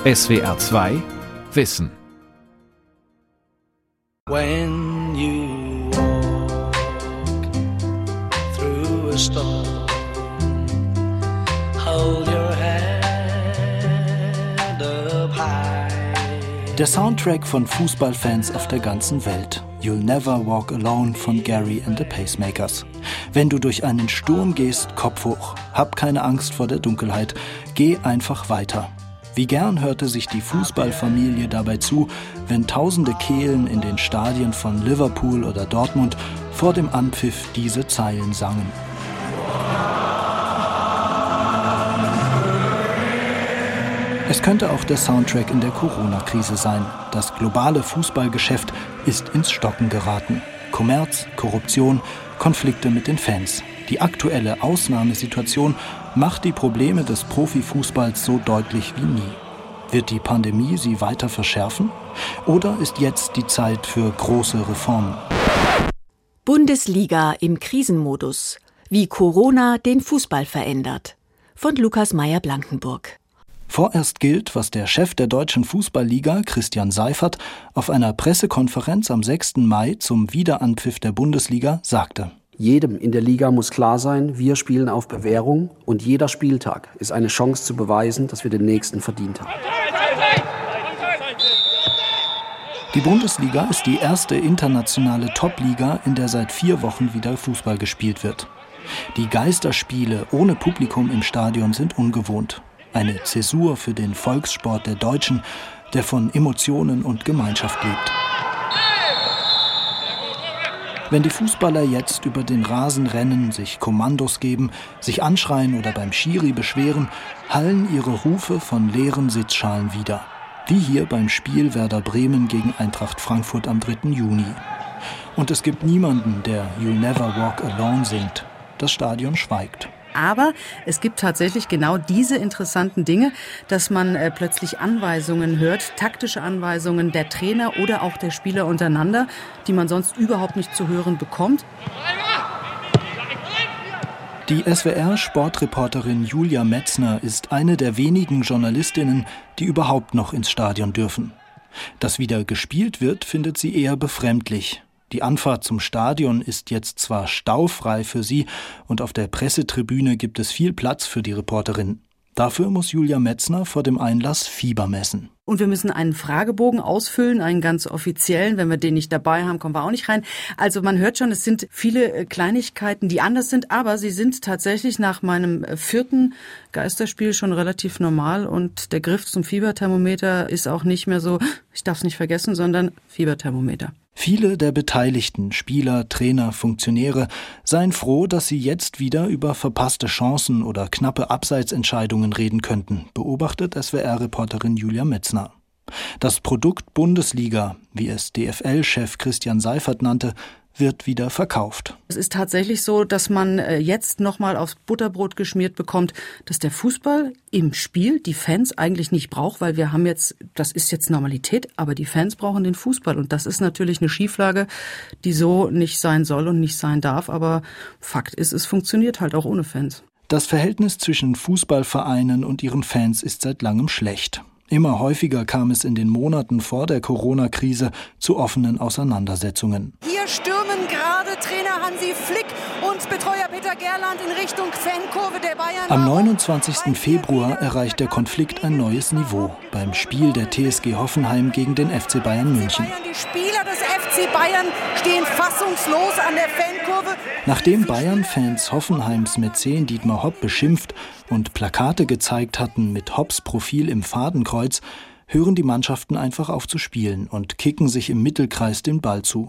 SWR 2 Wissen. When you walk through a storm, hold your head up high. Der Soundtrack von Fußballfans auf der ganzen Welt. You'll Never Walk Alone von Gary and the Pacemakers. Wenn du durch einen Sturm gehst, Kopf hoch. Hab keine Angst vor der Dunkelheit. Geh einfach weiter. Wie gern hörte sich die Fußballfamilie dabei zu, wenn tausende Kehlen in den Stadien von Liverpool oder Dortmund vor dem Anpfiff diese Zeilen sangen. Es könnte auch der Soundtrack in der Corona-Krise sein. Das globale Fußballgeschäft ist ins Stocken geraten. Kommerz, Korruption, Konflikte mit den Fans. Die aktuelle Ausnahmesituation macht die Probleme des Profifußballs so deutlich wie nie. Wird die Pandemie sie weiter verschärfen? Oder ist jetzt die Zeit für große Reformen? Bundesliga im Krisenmodus. Wie Corona den Fußball verändert. Von Lukas Meyer-Blankenburg. Vorerst gilt, was der Chef der Deutschen Fußballliga, Christian Seifert, auf einer Pressekonferenz am 6. Mai zum Wiederanpfiff der Bundesliga sagte. Jedem in der Liga muss klar sein, wir spielen auf Bewährung und jeder Spieltag ist eine Chance zu beweisen, dass wir den nächsten verdient haben. Die Bundesliga ist die erste internationale Top-Liga, in der seit 4 Wochen wieder Fußball gespielt wird. Die Geisterspiele ohne Publikum im Stadion sind ungewohnt. Eine Zäsur für den Volkssport der Deutschen, der von Emotionen und Gemeinschaft lebt. Wenn die Fußballer jetzt über den Rasen rennen, sich Kommandos geben, sich anschreien oder beim Schiri beschweren, hallen ihre Rufe von leeren Sitzschalen wider. Wie hier beim Spiel Werder Bremen gegen Eintracht Frankfurt am 3. Juni. Und es gibt niemanden, der You'll Never Walk Alone singt. Das Stadion schweigt. Aber es gibt tatsächlich genau diese interessanten Dinge, dass man plötzlich Anweisungen hört, taktische Anweisungen der Trainer oder auch der Spieler untereinander, die man sonst überhaupt nicht zu hören bekommt. Die SWR-Sportreporterin Julia Metzner ist eine der wenigen Journalistinnen, die überhaupt noch ins Stadion dürfen. Dass wieder gespielt wird, findet sie eher befremdlich. Die Anfahrt zum Stadion ist jetzt zwar staufrei für sie und auf der Pressetribüne gibt es viel Platz für die Reporterin. Dafür muss Julia Metzner vor dem Einlass Fieber messen. Und wir müssen einen Fragebogen ausfüllen, einen ganz offiziellen. Wenn wir den nicht dabei haben, kommen wir auch nicht rein. Also man hört schon, es sind viele Kleinigkeiten, die anders sind, aber sie sind tatsächlich nach meinem 4. Geisterspiel schon relativ normal. Und der Griff zum Fieberthermometer ist auch nicht mehr so, ich darf es nicht vergessen, sondern Fieberthermometer. Viele der Beteiligten, Spieler, Trainer, Funktionäre, seien froh, dass sie jetzt wieder über verpasste Chancen oder knappe Abseitsentscheidungen reden könnten, beobachtet SWR-Reporterin Julia Metzner. Das Produkt Bundesliga, wie es DFL-Chef Christian Seifert nannte, wird wieder verkauft. Es ist tatsächlich so, dass man jetzt nochmal aufs Butterbrot geschmiert bekommt, dass der Fußball im Spiel die Fans eigentlich nicht braucht, weil wir haben jetzt, das ist jetzt Normalität, aber die Fans brauchen den Fußball und das ist natürlich eine Schieflage, die so nicht sein soll und nicht sein darf, aber Fakt ist, es funktioniert halt auch ohne Fans. Das Verhältnis zwischen Fußballvereinen und ihren Fans ist seit langem schlecht. Immer häufiger kam es in den Monaten vor der Corona-Krise zu offenen Auseinandersetzungen. Hier stürmen gerade Trainer Hansi Flick und Betreuer Peter Gerland in Richtung Fankurve der Bayern. Am 29. Februar erreicht der Konflikt ein neues Niveau beim Spiel der TSG Hoffenheim gegen den FC Bayern München. Die Spieler des FC Bayern stehen fassungslos an der Fankurve. Nachdem Bayern-Fans Hoffenheims Mäzen Dietmar Hopp beschimpft und Plakate gezeigt hatten mit Hopps Profil im Fadenkreuz, hören die Mannschaften einfach auf zu spielen und kicken sich im Mittelkreis den Ball zu.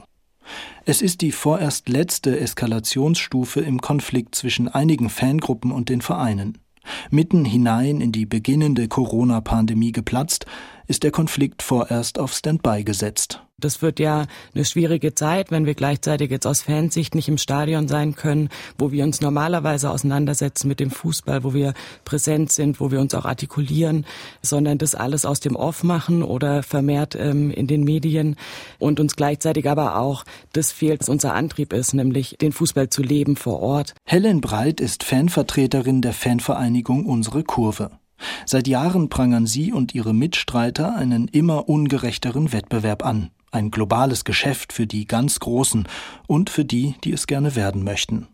Es ist die vorerst letzte Eskalationsstufe im Konflikt zwischen einigen Fangruppen und den Vereinen. Mitten hinein in die beginnende Corona-Pandemie geplatzt, ist der Konflikt vorerst auf Standby gesetzt. Das wird ja eine schwierige Zeit, wenn wir gleichzeitig jetzt aus Fansicht nicht im Stadion sein können, wo wir uns normalerweise auseinandersetzen mit dem Fußball, wo wir präsent sind, wo wir uns auch artikulieren, sondern das alles aus dem Off machen oder vermehrt in den Medien und uns gleichzeitig aber auch das fehlt, was unser Antrieb ist, nämlich den Fußball zu leben vor Ort. Helen Breit ist Fanvertreterin der Fanvereinigung Unsere Kurve. Seit Jahren prangern sie und ihre Mitstreiter einen immer ungerechteren Wettbewerb an. Ein globales Geschäft für die ganz Großen und für die, die es gerne werden möchten.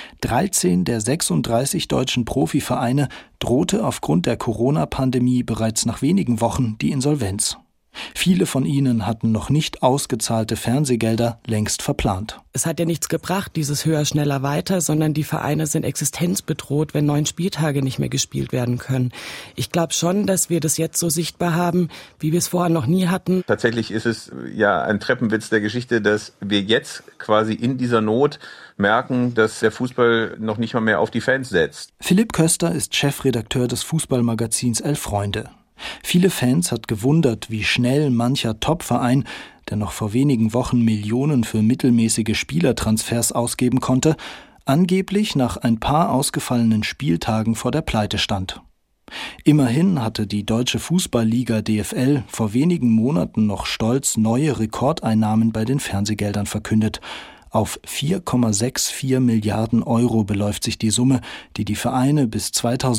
13 der 36 deutschen Profivereine drohte aufgrund der Corona-Pandemie bereits nach wenigen Wochen die Insolvenz. Viele von ihnen hatten noch nicht ausgezahlte Fernsehgelder längst verplant. Es hat ja nichts gebracht, dieses höher, schneller, weiter, sondern die Vereine sind existenzbedroht, wenn 9 Spieltage nicht mehr gespielt werden können. Ich glaube schon, dass wir das jetzt so sichtbar haben, wie wir es vorher noch nie hatten. Tatsächlich ist es ja ein Treppenwitz der Geschichte, dass wir jetzt quasi in dieser Not merken, dass der Fußball noch nicht mal mehr auf die Fans setzt. Philipp Köster ist Chefredakteur des Fußballmagazins Elf Freunde. Viele Fans hat gewundert, wie schnell mancher Topverein, der noch vor wenigen Wochen Millionen für mittelmäßige Spielertransfers ausgeben konnte, angeblich nach ein paar ausgefallenen Spieltagen vor der Pleite stand. Immerhin hatte die Deutsche Fußballliga DFL vor wenigen Monaten noch stolz neue Rekordeinnahmen bei den Fernsehgeldern verkündet. Auf 4,64 Milliarden Euro beläuft sich die Summe, die die Vereine bis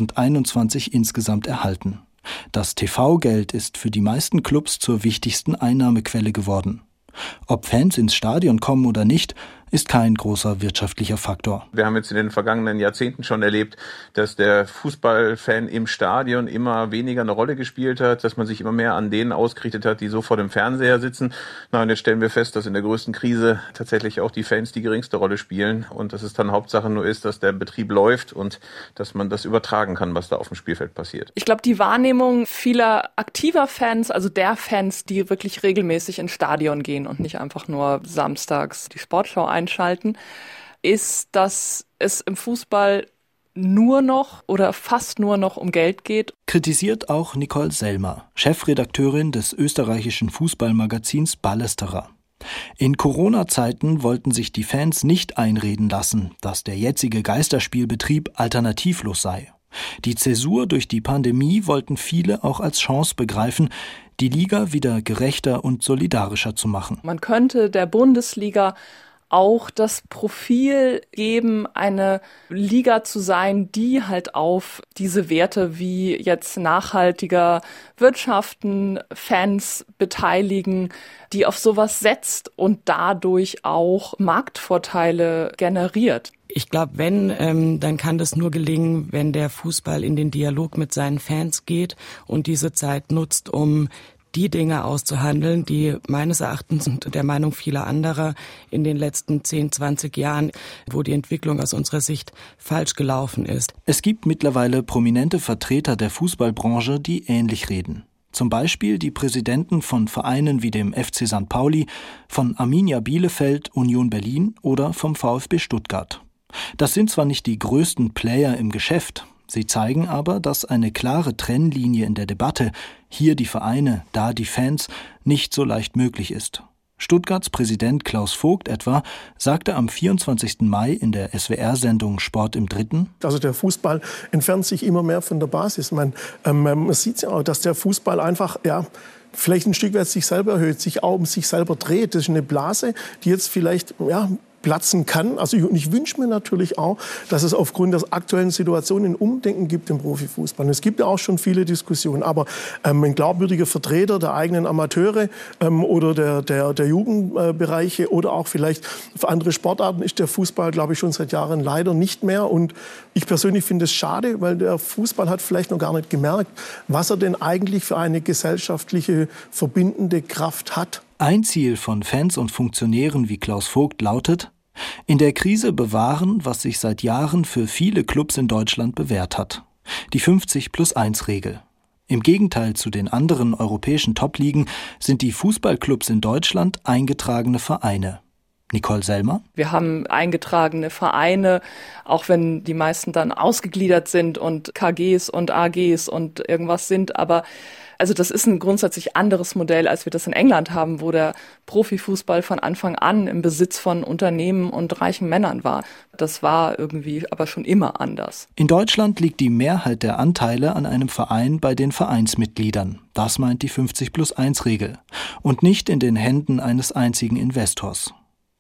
2021 insgesamt erhalten. Das TV-Geld ist für die meisten Clubs zur wichtigsten Einnahmequelle geworden. Ob Fans ins Stadion kommen oder nicht, ist kein großer wirtschaftlicher Faktor. Wir haben jetzt in den vergangenen Jahrzehnten schon erlebt, dass der Fußballfan im Stadion immer weniger eine Rolle gespielt hat, dass man sich immer mehr an denen ausgerichtet hat, die so vor dem Fernseher sitzen. Und jetzt stellen wir fest, dass in der größten Krise tatsächlich auch die Fans die geringste Rolle spielen und dass es dann Hauptsache nur ist, dass der Betrieb läuft und dass man das übertragen kann, was da auf dem Spielfeld passiert. Ich glaube, die Wahrnehmung vieler aktiver Fans, also der Fans, die wirklich regelmäßig ins Stadion gehen und nicht einfach nur samstags die Sportschau einschalten, ist, dass es im Fußball nur noch oder fast nur noch um Geld geht. Kritisiert auch Nicole Selmer, Chefredakteurin des österreichischen Fußballmagazins Ballesterer. In Corona-Zeiten wollten sich die Fans nicht einreden lassen, dass der jetzige Geisterspielbetrieb alternativlos sei. Die Zäsur durch die Pandemie wollten viele auch als Chance begreifen, die Liga wieder gerechter und solidarischer zu machen. Man könnte der Bundesliga auch das Profil geben, eine Liga zu sein, die halt auf diese Werte wie jetzt nachhaltiger Wirtschaften, Fans beteiligen, die auf sowas setzt und dadurch auch Marktvorteile generiert. Ich glaube, dann kann das nur gelingen, wenn der Fußball in den Dialog mit seinen Fans geht und diese Zeit nutzt, um die Dinge auszuhandeln, die meines Erachtens und der Meinung vieler anderer in den letzten 10, 20 Jahren, wo die Entwicklung aus unserer Sicht falsch gelaufen ist. Es gibt mittlerweile prominente Vertreter der Fußballbranche, die ähnlich reden. Zum Beispiel die Präsidenten von Vereinen wie dem FC St. Pauli, von Arminia Bielefeld, Union Berlin oder vom VfB Stuttgart. Das sind zwar nicht die größten Player im Geschäft, sie zeigen aber, dass eine klare Trennlinie in der Debatte, hier die Vereine, da die Fans, nicht so leicht möglich ist. Stuttgarts Präsident Klaus Vogt etwa sagte am 24. Mai in der SWR-Sendung Sport im Dritten: Also der Fußball entfernt sich immer mehr von der Basis. Man sieht ja auch, dass der Fußball einfach, vielleicht ein Stück weit sich selber erhöht, sich auch um sich selber dreht. Das ist eine Blase, die jetzt vielleicht, platzen kann. Also ich wünsche mir natürlich auch, dass es aufgrund der aktuellen Situation ein Umdenken gibt im Profifußball. Und es gibt ja auch schon viele Diskussionen, aber ein glaubwürdiger Vertreter der eigenen Amateure oder der Jugendbereiche oder auch vielleicht für andere Sportarten ist der Fußball, glaube ich, schon seit Jahren leider nicht mehr. Und ich persönlich finde es schade, weil der Fußball hat vielleicht noch gar nicht gemerkt, was er denn eigentlich für eine gesellschaftliche verbindende Kraft hat. Ein Ziel von Fans und Funktionären wie Klaus Vogt lautet: in der Krise bewahren, was sich seit Jahren für viele Clubs in Deutschland bewährt hat. Die 50+1-Regel. Im Gegenteil zu den anderen europäischen Top-Ligen sind die Fußballclubs in Deutschland eingetragene Vereine. Nicole Selmer? Wir haben eingetragene Vereine, auch wenn die meisten dann ausgegliedert sind und KGs und AGs und irgendwas sind, aber also das ist ein grundsätzlich anderes Modell, als wir das in England haben, wo der Profifußball von Anfang an im Besitz von Unternehmen und reichen Männern war. Das war irgendwie aber schon immer anders. In Deutschland liegt die Mehrheit der Anteile an einem Verein bei den Vereinsmitgliedern. Das meint die 50+1-Regel. Und nicht in den Händen eines einzigen Investors.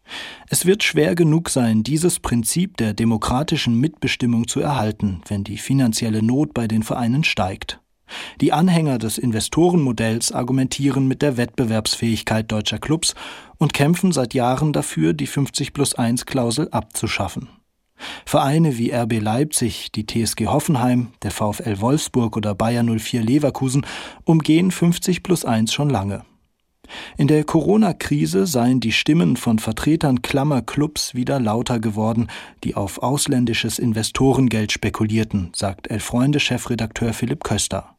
Es wird schwer genug sein, dieses Prinzip der demokratischen Mitbestimmung zu erhalten, wenn die finanzielle Not bei den Vereinen steigt. Die Anhänger des Investorenmodells argumentieren mit der Wettbewerbsfähigkeit deutscher Clubs und kämpfen seit Jahren dafür, die 50+1-Klausel abzuschaffen. Vereine wie RB Leipzig, die TSG Hoffenheim, der VfL Wolfsburg oder Bayer 04 Leverkusen umgehen 50+1 schon lange. In der Corona-Krise seien die Stimmen von Vertretern klammer Clubs wieder lauter geworden, die auf ausländisches Investorengeld spekulierten, sagt Elf-Freunde-Chefredakteur Philipp Köster.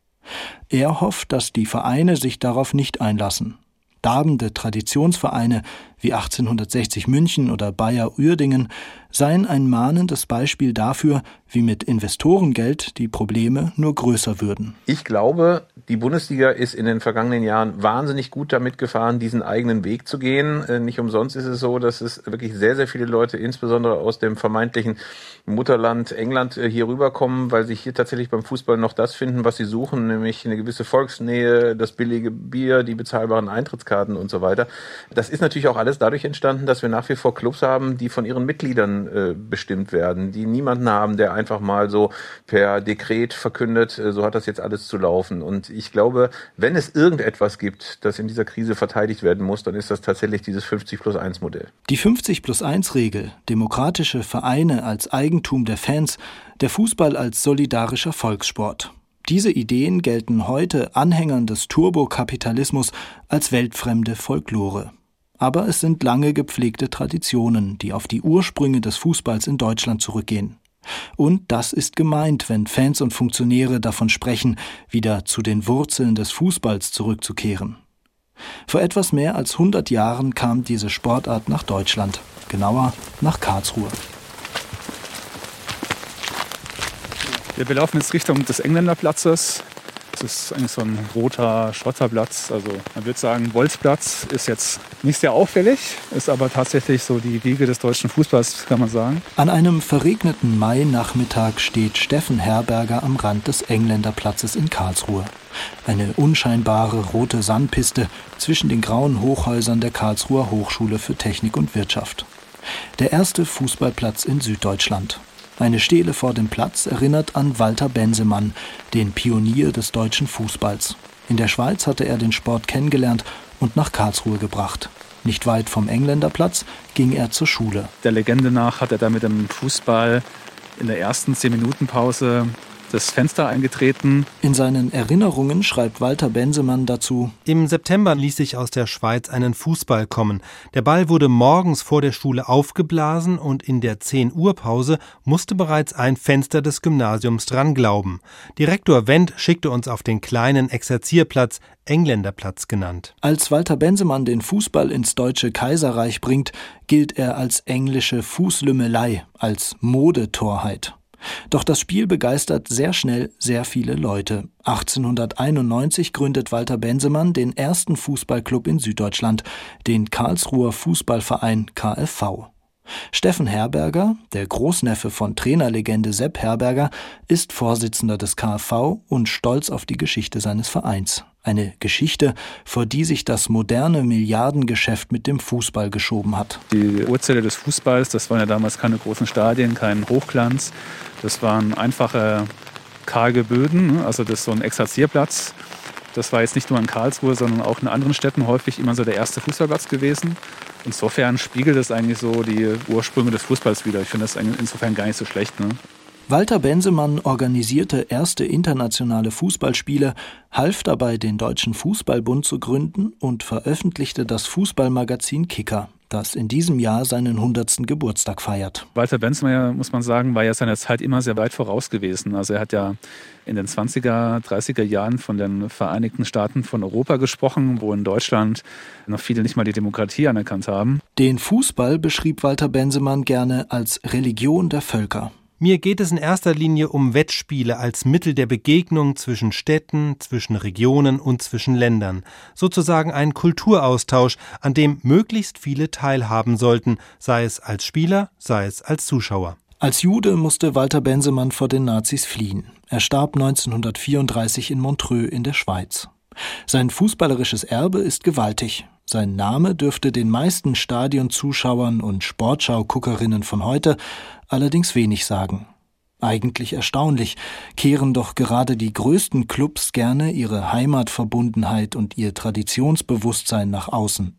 Er hofft, dass die Vereine sich darauf nicht einlassen. Darbende Traditionsvereine wie 1860 München oder Bayer Uerdingen seien ein mahnendes Beispiel dafür, wie mit Investorengeld die Probleme nur größer würden. Ich glaube, die Bundesliga ist in den vergangenen Jahren wahnsinnig gut damit gefahren, diesen eigenen Weg zu gehen. Nicht umsonst ist es so, dass es wirklich sehr, sehr viele Leute, insbesondere aus dem vermeintlichen Mutterland England, hier rüberkommen, weil sie hier tatsächlich beim Fußball noch das finden, was sie suchen, nämlich eine gewisse Volksnähe, das billige Bier, die bezahlbaren Eintrittskarten und so weiter. Das ist natürlich auch alles dadurch entstanden, dass wir nach wie vor Clubs haben, die von ihren Mitgliedern bestimmt werden, die niemanden haben, der einfach mal so per Dekret verkündet, so hat das jetzt alles zu laufen. Und ich glaube, wenn es irgendetwas gibt, das in dieser Krise verteidigt werden muss, dann ist das tatsächlich dieses 50+1-Modell. Die 50+1-Regel, demokratische Vereine als Eigentum der Fans, der Fußball als solidarischer Volkssport. Diese Ideen gelten heute Anhängern des Turbokapitalismus als weltfremde Folklore. Aber es sind lange gepflegte Traditionen, die auf die Ursprünge des Fußballs in Deutschland zurückgehen. Und das ist gemeint, wenn Fans und Funktionäre davon sprechen, wieder zu den Wurzeln des Fußballs zurückzukehren. Vor etwas mehr als 100 Jahren kam diese Sportart nach Deutschland, genauer nach Karlsruhe. Wir laufen jetzt Richtung des Engländerplatzes. Das ist eigentlich so ein roter Schotterplatz. Also man würde sagen, Bolzplatz ist jetzt nicht sehr auffällig, ist aber tatsächlich so die Wiege des deutschen Fußballs, kann man sagen. An einem verregneten Mai-Nachmittag steht Steffen Herberger am Rand des Engländerplatzes in Karlsruhe. Eine unscheinbare rote Sandpiste zwischen den grauen Hochhäusern der Karlsruher Hochschule für Technik und Wirtschaft. Der erste Fußballplatz in Süddeutschland. Eine Stele vor dem Platz erinnert an Walter Bensemann, den Pionier des deutschen Fußballs. In der Schweiz hatte er den Sport kennengelernt und nach Karlsruhe gebracht. Nicht weit vom Engländerplatz ging er zur Schule. Der Legende nach hat er da mit dem Fußball in der ersten 10-Minuten-Pause das Fenster eingetreten. In seinen Erinnerungen schreibt Walter Bensemann dazu: Im September ließ ich aus der Schweiz einen Fußball kommen. Der Ball wurde morgens vor der Schule aufgeblasen und in der 10-Uhr-Pause musste bereits ein Fenster des Gymnasiums dran glauben. Direktor Wendt schickte uns auf den kleinen Exerzierplatz, Engländerplatz genannt. Als Walter Bensemann den Fußball ins Deutsche Kaiserreich bringt, gilt er als englische Fußlümmelei, als Modetorheit. Doch das Spiel begeistert sehr schnell sehr viele Leute. 1891 gründet Walter Bensemann den ersten Fußballclub in Süddeutschland, den Karlsruher Fußballverein KFV. Steffen Herberger, der Großneffe von Trainerlegende Sepp Herberger, ist Vorsitzender des KFV und stolz auf die Geschichte seines Vereins. Eine Geschichte, vor die sich das moderne Milliardengeschäft mit dem Fußball geschoben hat. Die Urzelle des Fußballs, das waren ja damals keine großen Stadien, kein Hochglanz. Das waren einfache, karge Böden, also das ist so ein Exerzierplatz. Das war jetzt nicht nur in Karlsruhe, sondern auch in anderen Städten häufig immer so der erste Fußballplatz gewesen. Insofern spiegelt es eigentlich so die Ursprünge des Fußballs wider. Ich finde das insofern gar nicht so schlecht, ne? Walter Bensemann organisierte erste internationale Fußballspiele, half dabei, den Deutschen Fußballbund zu gründen und veröffentlichte das Fußballmagazin Kicker, das in diesem Jahr seinen 100. Geburtstag feiert. Walter Bensemann, muss man sagen, war ja seiner Zeit immer sehr weit voraus gewesen. Also er hat ja in den 20er, 30er Jahren von den Vereinigten Staaten von Europa gesprochen, wo in Deutschland noch viele nicht mal die Demokratie anerkannt haben. Den Fußball beschrieb Walter Bensemann gerne als Religion der Völker. Mir geht es in erster Linie um Wettspiele als Mittel der Begegnung zwischen Städten, zwischen Regionen und zwischen Ländern. Sozusagen ein Kulturaustausch, an dem möglichst viele teilhaben sollten, sei es als Spieler, sei es als Zuschauer. Als Jude musste Walter Bensemann vor den Nazis fliehen. Er starb 1934 in Montreux in der Schweiz. Sein fußballerisches Erbe ist gewaltig. Sein Name dürfte den meisten Stadionzuschauern und Sportschau-Guckerinnen von heute allerdings wenig sagen. Eigentlich erstaunlich, kehren doch gerade die größten Clubs gerne ihre Heimatverbundenheit und ihr Traditionsbewusstsein nach außen.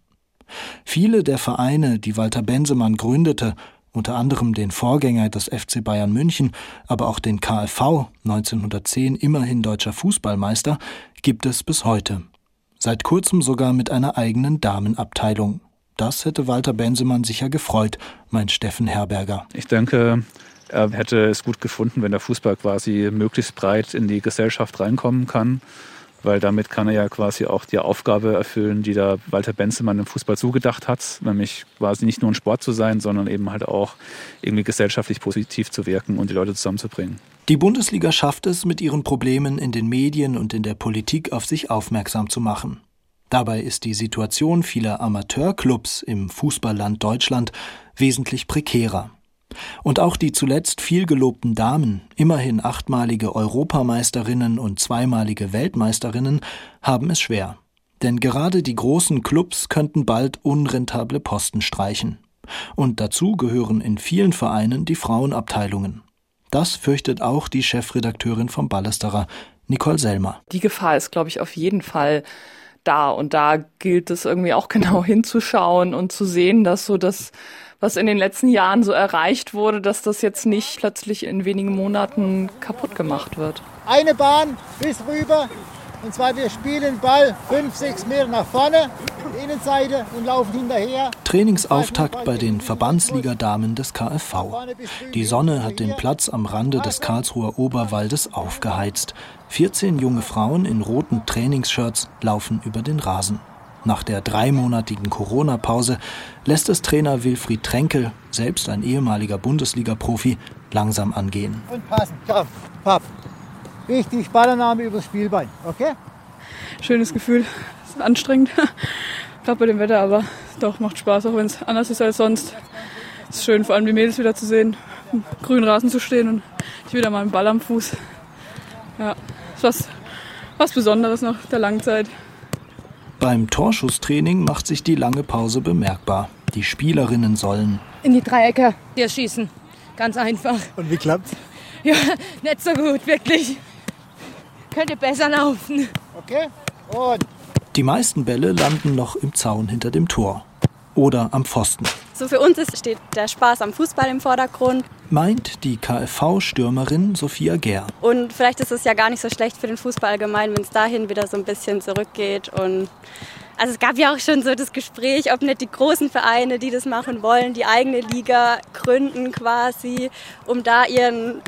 Viele der Vereine, die Walter Bensemann gründete, unter anderem den Vorgänger des FC Bayern München, aber auch den KfV, 1910 immerhin deutscher Fußballmeister, gibt es bis heute. Seit kurzem sogar mit einer eigenen Damenabteilung. Das hätte Walter Bensemann sicher gefreut, meint Steffen Herberger. Ich denke, er hätte es gut gefunden, wenn der Fußball quasi möglichst breit in die Gesellschaft reinkommen kann, weil damit kann er ja quasi auch die Aufgabe erfüllen, die da Walter Bensemann im Fußball zugedacht hat, nämlich quasi nicht nur ein Sport zu sein, sondern eben halt auch irgendwie gesellschaftlich positiv zu wirken und die Leute zusammenzubringen. Die Bundesliga schafft es, mit ihren Problemen in den Medien und in der Politik auf sich aufmerksam zu machen. Dabei ist die Situation vieler Amateurclubs im Fußballland Deutschland wesentlich prekärer. Und auch die zuletzt viel gelobten Damen, immerhin 8-malige Europameisterinnen und 2-malige Weltmeisterinnen, haben es schwer. Denn gerade die großen Clubs könnten bald unrentable Posten streichen. Und dazu gehören in vielen Vereinen die Frauenabteilungen. Das fürchtet auch die Chefredakteurin vom Ballesterer, Nicole Selmer. Die Gefahr ist, glaube ich, auf jeden Fall da. Und da gilt es irgendwie auch genau hinzuschauen und zu sehen, dass so das, was in den letzten Jahren so erreicht wurde, dass das jetzt nicht plötzlich in wenigen Monaten kaputt gemacht wird. Eine Bahn bis rüber, und zwar wir spielen Ball 5-6 Meter nach vorne, Innenseite und laufen hinterher. Trainingsauftakt bei den Verbandsligadamen des KfV. Die Sonne hat den Platz am Rande des Karlsruher Oberwaldes aufgeheizt. 14 junge Frauen in roten Trainingsshirts laufen über den Rasen. Nach der 3-monatigen Corona-Pause lässt es Trainer Wilfried Tränkel, selbst ein ehemaliger Bundesliga-Profi, langsam angehen. Und passen, komm, papp. Richtig, Ballannahme übers Spielbein, okay? Schönes Gefühl, ist anstrengend, gerade bei dem Wetter, aber doch, macht Spaß, auch wenn es anders ist als sonst. Es ist schön, vor allem die Mädels wieder zu sehen, im grünen Rasen zu stehen und ich wieder mal einen Ball am Fuß. Ja, ist was Besonderes nach der langen Zeit. Beim Torschusstraining macht sich die lange Pause bemerkbar. Die Spielerinnen sollen in die Dreiecke hier schießen. Ganz einfach. Und wie klappt's? Ja, nicht so gut, wirklich. Könnte besser laufen. Okay, und? Die meisten Bälle landen noch im Zaun hinter dem Tor. Oder am Pfosten. So für uns steht der Spaß am Fußball im Vordergrund. Meint die KfV-Stürmerin Sophia Gehr. Und vielleicht ist es ja gar nicht so schlecht für den Fußball allgemein, wenn es dahin wieder so ein bisschen zurückgeht. Und also es gab ja auch schon so das Gespräch, ob nicht die großen Vereine, die das machen wollen, die eigene Liga gründen quasi, um da ihren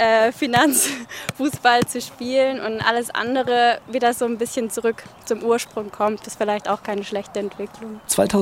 Finanzfußball zu spielen und alles andere wieder so ein bisschen zurück zum Ursprung kommt. Das ist vielleicht auch keine schlechte Entwicklung.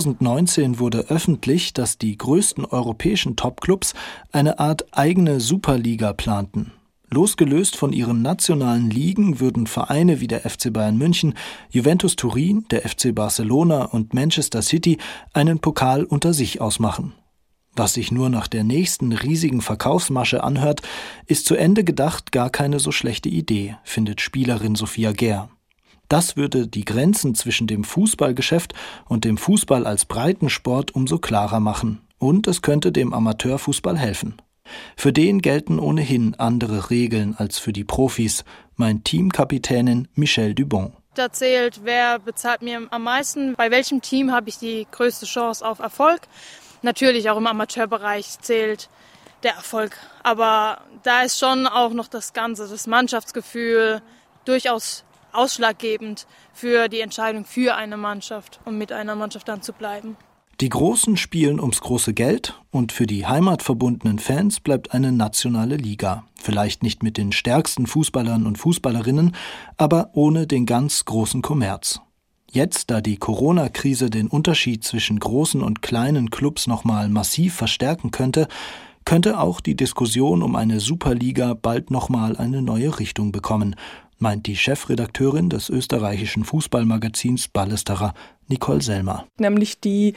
2019 wurde öffentlich, dass die größten europäischen Topclubs eine Art eigene Superliga planten. Losgelöst von ihren nationalen Ligen würden Vereine wie der FC Bayern München, Juventus Turin, der FC Barcelona und Manchester City einen Pokal unter sich ausmachen. Was sich nur nach der nächsten riesigen Verkaufsmasche anhört, ist zu Ende gedacht gar keine so schlechte Idee, findet Spielerin Sophia Gehr. Das würde die Grenzen zwischen dem Fußballgeschäft und dem Fußball als Breitensport umso klarer machen. Und es könnte dem Amateurfußball helfen. Für den gelten ohnehin andere Regeln als für die Profis, meint Teamkapitänin Michelle Dubon. Da zählt, wer bezahlt mir am meisten, bei welchem Team habe ich die größte Chance auf Erfolg. Natürlich auch im Amateurbereich zählt der Erfolg. Aber da ist schon auch noch das Ganze, das Mannschaftsgefühl durchaus ausschlaggebend für die Entscheidung für eine Mannschaft und mit einer Mannschaft dann zu bleiben. Die Großen spielen ums große Geld und für die heimatverbundenen Fans bleibt eine nationale Liga. Vielleicht nicht mit den stärksten Fußballern und Fußballerinnen, aber ohne den ganz großen Kommerz. Jetzt, da die Corona-Krise den Unterschied zwischen großen und kleinen Clubs nochmal massiv verstärken könnte auch die Diskussion um eine Superliga bald nochmal eine neue Richtung bekommen, meint die Chefredakteurin des österreichischen Fußballmagazins Ballesterer, Nicole Selmer. Nämlich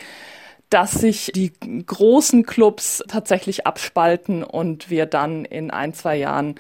dass sich die großen Clubs tatsächlich abspalten und wir dann in 1-2 Jahren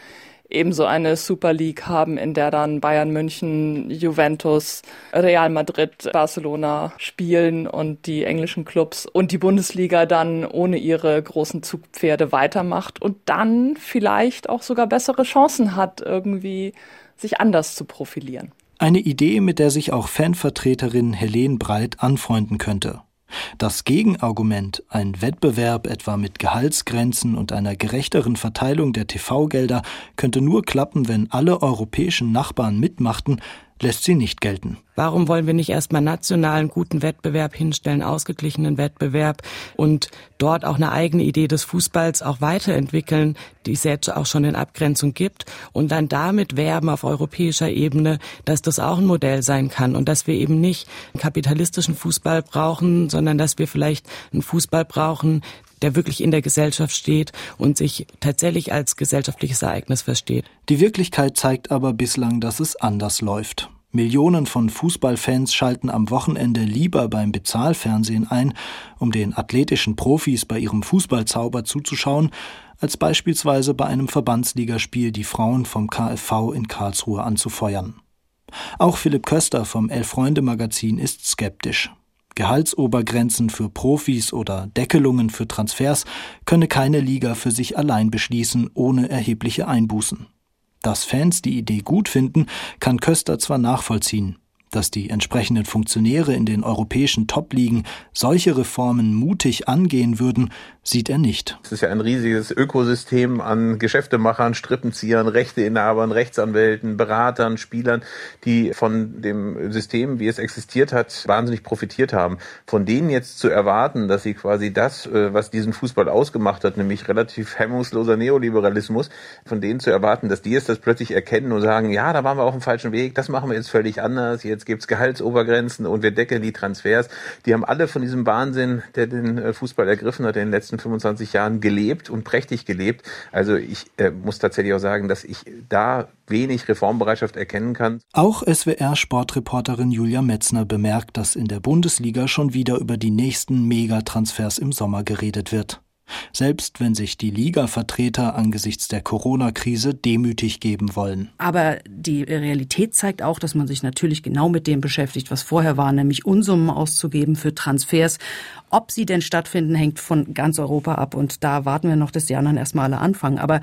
ebenso eine Super League haben, in der dann Bayern München, Juventus, Real Madrid, Barcelona spielen und die englischen Clubs und die Bundesliga dann ohne ihre großen Zugpferde weitermacht und dann vielleicht auch sogar bessere Chancen hat, irgendwie sich anders zu profilieren. Eine Idee, mit der sich auch Fanvertreterin Helene Breit anfreunden könnte. Das Gegenargument, ein Wettbewerb etwa mit Gehaltsgrenzen und einer gerechteren Verteilung der TV-Gelder, könnte nur klappen, wenn alle europäischen Nachbarn mitmachten, lässt sie nicht gelten. Warum wollen wir nicht erstmal nationalen guten Wettbewerb hinstellen, ausgeglichenen Wettbewerb und dort auch eine eigene Idee des Fußballs auch weiterentwickeln, die es jetzt auch schon in Abgrenzung gibt und dann damit werben auf europäischer Ebene, dass das auch ein Modell sein kann und dass wir eben nicht einen kapitalistischen Fußball brauchen, sondern dass wir vielleicht einen Fußball brauchen, der wirklich in der Gesellschaft steht und sich tatsächlich als gesellschaftliches Ereignis versteht. Die Wirklichkeit zeigt aber bislang, dass es anders läuft. Millionen von Fußballfans schalten am Wochenende lieber beim Bezahlfernsehen ein, um den athletischen Profis bei ihrem Fußballzauber zuzuschauen, als beispielsweise bei einem Verbandsligaspiel die Frauen vom KfV in Karlsruhe anzufeuern. Auch Philipp Köster vom Elf-Freunde-Magazin ist skeptisch. Gehaltsobergrenzen für Profis oder Deckelungen für Transfers könne keine Liga für sich allein beschließen, ohne erhebliche Einbußen. Dass Fans die Idee gut finden, kann Köster zwar nachvollziehen. Dass die entsprechenden Funktionäre in den europäischen Top-Ligen solche Reformen mutig angehen würden, sieht er nicht. Es ist ja ein riesiges Ökosystem an Geschäftemachern, Strippenziehern, Rechteinhabern, Rechtsanwälten, Beratern, Spielern, die von dem System, wie es existiert hat, wahnsinnig profitiert haben. Von denen jetzt zu erwarten, dass sie quasi das, was diesen Fußball ausgemacht hat, nämlich relativ hemmungsloser Neoliberalismus, von denen zu erwarten, dass die jetzt das plötzlich erkennen und sagen, ja, da waren wir auf dem falschen Weg, das machen wir jetzt völlig anders, jetzt gibt's Gehaltsobergrenzen und wir deckeln die Transfers. Die haben alle von diesem Wahnsinn, der den Fußball ergriffen hat, in den letzten 25 Jahren gelebt und prächtig gelebt. Also ich muss tatsächlich auch sagen, dass ich da wenig Reformbereitschaft erkennen kann. Auch SWR-Sportreporterin Julia Metzner bemerkt, dass in der Bundesliga schon wieder über die nächsten Megatransfers im Sommer geredet wird. Selbst wenn sich die Liga-Vertreter angesichts der Corona-Krise demütig geben wollen. Aber die Realität zeigt auch, dass man sich natürlich genau mit dem beschäftigt, was vorher war, nämlich Unsummen auszugeben für Transfers. Ob sie denn stattfinden, hängt von ganz Europa ab. Und da warten wir noch, dass die anderen erstmal alle anfangen. Aber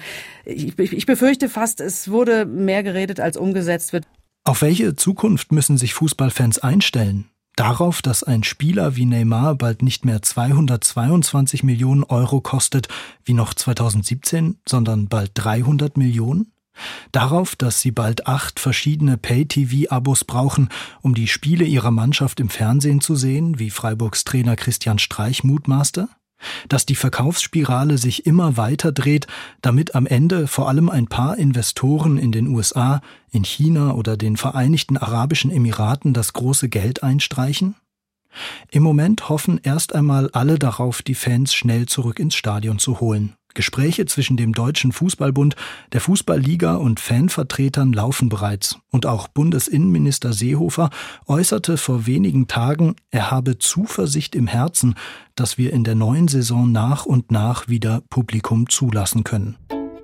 ich befürchte fast, es wurde mehr geredet, als umgesetzt wird. Auf welche Zukunft müssen sich Fußballfans einstellen? Darauf, dass ein Spieler wie Neymar bald nicht mehr 222 Millionen Euro kostet, wie noch 2017, sondern bald 300 Millionen? Darauf, dass sie bald 8 verschiedene Pay-TV-Abos brauchen, um die Spiele ihrer Mannschaft im Fernsehen zu sehen, wie Freiburgs Trainer Christian Streich mutmaßte? Dass die Verkaufsspirale sich immer weiter dreht, damit am Ende vor allem ein paar Investoren in den USA, in China oder den Vereinigten Arabischen Emiraten das große Geld einstreichen? Im Moment hoffen erst einmal alle darauf, die Fans schnell zurück ins Stadion zu holen. Gespräche zwischen dem Deutschen Fußballbund, der Fußballliga und Fanvertretern laufen bereits. Und auch Bundesinnenminister Seehofer äußerte vor wenigen Tagen, er habe Zuversicht im Herzen, dass wir in der neuen Saison nach und nach wieder Publikum zulassen können.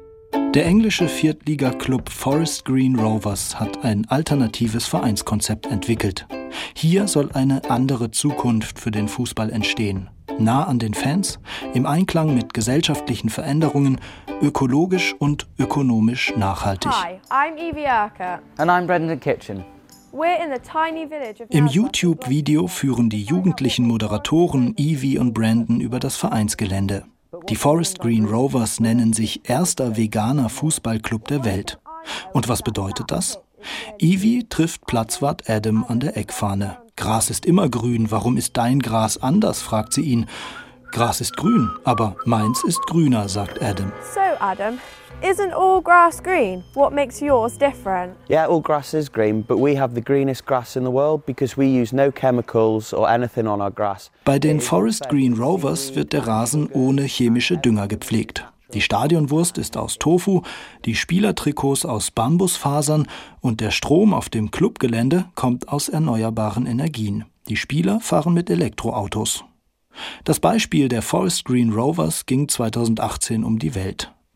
Der englische Viertliga-Club Forest Green Rovers hat ein alternatives Vereinskonzept entwickelt. Hier soll eine andere Zukunft für den Fußball entstehen. Nah an den Fans, im Einklang mit gesellschaftlichen Veränderungen, ökologisch und ökonomisch nachhaltig. Hi, I'm Evie Erker. And I'm Brendan Kitchen. We're in the tiny village of Im YouTube-Video führen die jugendlichen Moderatoren Evie und Brandon über das Vereinsgelände. Die Forest Green Rovers nennen sich erster veganer Fußballclub der Welt. Und was bedeutet das? Evie trifft Platzwart Adam an der Eckfahne. Gras ist immer grün, warum ist dein Gras anders, fragt sie ihn. Gras ist grün, aber meins ist grüner, sagt Adam. So Adam, isn't all grass green? What makes yours different? Yeah, all grass is green, but we have the greenest grass in the world because we use no chemicals or anything on our grass. Bei den Forest Green Rovers wird der Rasen ohne chemische Dünger gepflegt. Die Stadionwurst ist aus Tofu, die Spielertrikots aus Bambusfasern und der Strom auf dem Clubgelände kommt aus erneuerbaren Energien. Die Spieler fahren mit Elektroautos. Das Beispiel der Forest Green Rovers ging 2018 um die Welt.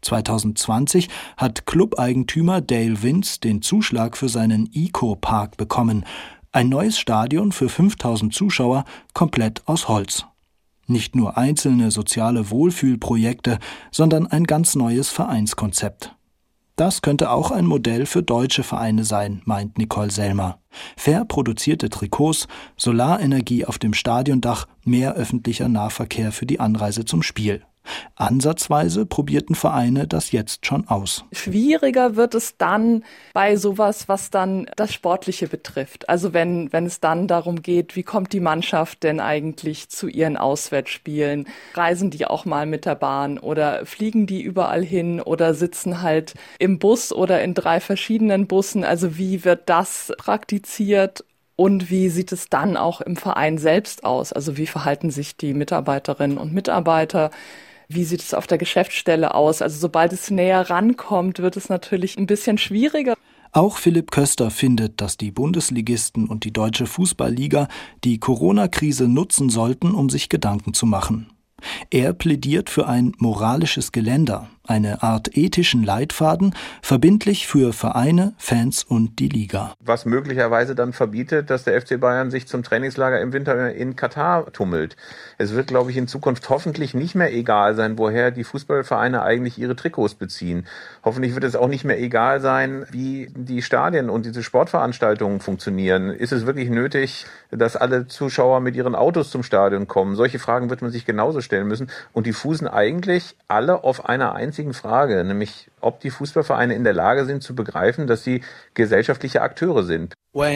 2020 hat Clubeigentümer Dale Vince den Zuschlag für seinen Eco-Park bekommen. Ein neues Stadion für 5000 Zuschauer, komplett aus Holz. Nicht nur einzelne soziale Wohlfühlprojekte, sondern ein ganz neues Vereinskonzept. Das könnte auch ein Modell für deutsche Vereine sein, meint Nicole Selmer. Fair produzierte Trikots, Solarenergie auf dem Stadiondach, mehr öffentlicher Nahverkehr für die Anreise zum Spiel. Ansatzweise probierten Vereine das jetzt schon aus. Schwieriger wird es dann bei sowas, was dann das Sportliche betrifft. Also wenn es dann darum geht, wie kommt die Mannschaft denn eigentlich zu ihren Auswärtsspielen? Reisen die auch mal mit der Bahn oder fliegen die überall hin oder sitzen halt im Bus oder in 3 verschiedenen Bussen? Also wie wird das praktiziert? Und wie sieht es dann auch im Verein selbst aus? Also wie verhalten sich die Mitarbeiterinnen und Mitarbeiter? Wie sieht es auf der Geschäftsstelle aus? Also sobald es näher rankommt, wird es natürlich ein bisschen schwieriger. Auch Philipp Köster findet, dass die Bundesligisten und die Deutsche Fußballliga die Corona-Krise nutzen sollten, um sich Gedanken zu machen. Er plädiert für ein moralisches Geländer, eine Art ethischen Leitfaden, verbindlich für Vereine, Fans und die Liga. Was möglicherweise dann verbietet, dass der FC Bayern sich zum Trainingslager im Winter in Katar tummelt. Es wird, glaube ich, in Zukunft hoffentlich nicht mehr egal sein, woher die Fußballvereine eigentlich ihre Trikots beziehen. Hoffentlich wird es auch nicht mehr egal sein, wie die Stadien und diese Sportveranstaltungen funktionieren. Ist es wirklich nötig, dass alle Zuschauer mit ihren Autos zum Stadion kommen? Solche Fragen wird man sich genauso stellen müssen. Und die fußen eigentlich alle auf einer einzigen Frage, nämlich ob die Fußballvereine in der Lage sind zu begreifen, dass sie gesellschaftliche Akteure sind.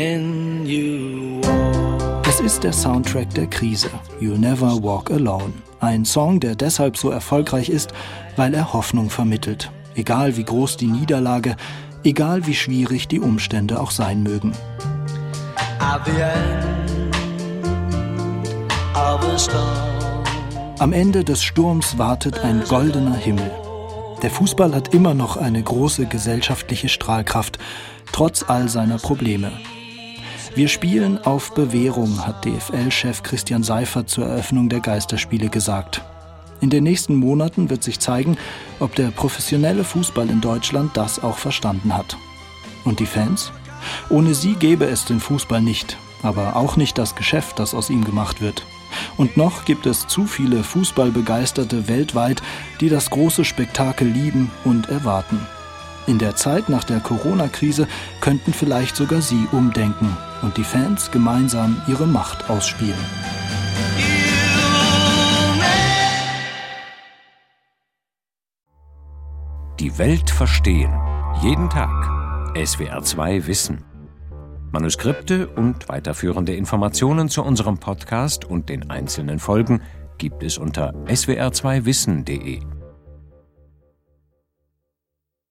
Es ist der Soundtrack der Krise, You'll Never Walk Alone. Ein Song, der deshalb so erfolgreich ist, weil er Hoffnung vermittelt. Egal wie groß die Niederlage, egal wie schwierig die Umstände auch sein mögen. Am Ende des Sturms wartet ein goldener Himmel. Der Fußball hat immer noch eine große gesellschaftliche Strahlkraft, trotz all seiner Probleme. Wir spielen auf Bewährung, hat DFL-Chef Christian Seifert zur Eröffnung der Geisterspiele gesagt. In den nächsten Monaten wird sich zeigen, ob der professionelle Fußball in Deutschland das auch verstanden hat. Und die Fans? Ohne sie gäbe es den Fußball nicht, aber auch nicht das Geschäft, das aus ihm gemacht wird. Und noch gibt es zu viele Fußballbegeisterte weltweit, die das große Spektakel lieben und erwarten. In der Zeit nach der Corona-Krise könnten vielleicht sogar sie umdenken und die Fans gemeinsam ihre Macht ausspielen. Die Welt verstehen. Jeden Tag. SWR2 Wissen. Manuskripte und weiterführende Informationen zu unserem Podcast und den einzelnen Folgen gibt es unter swr2wissen.de.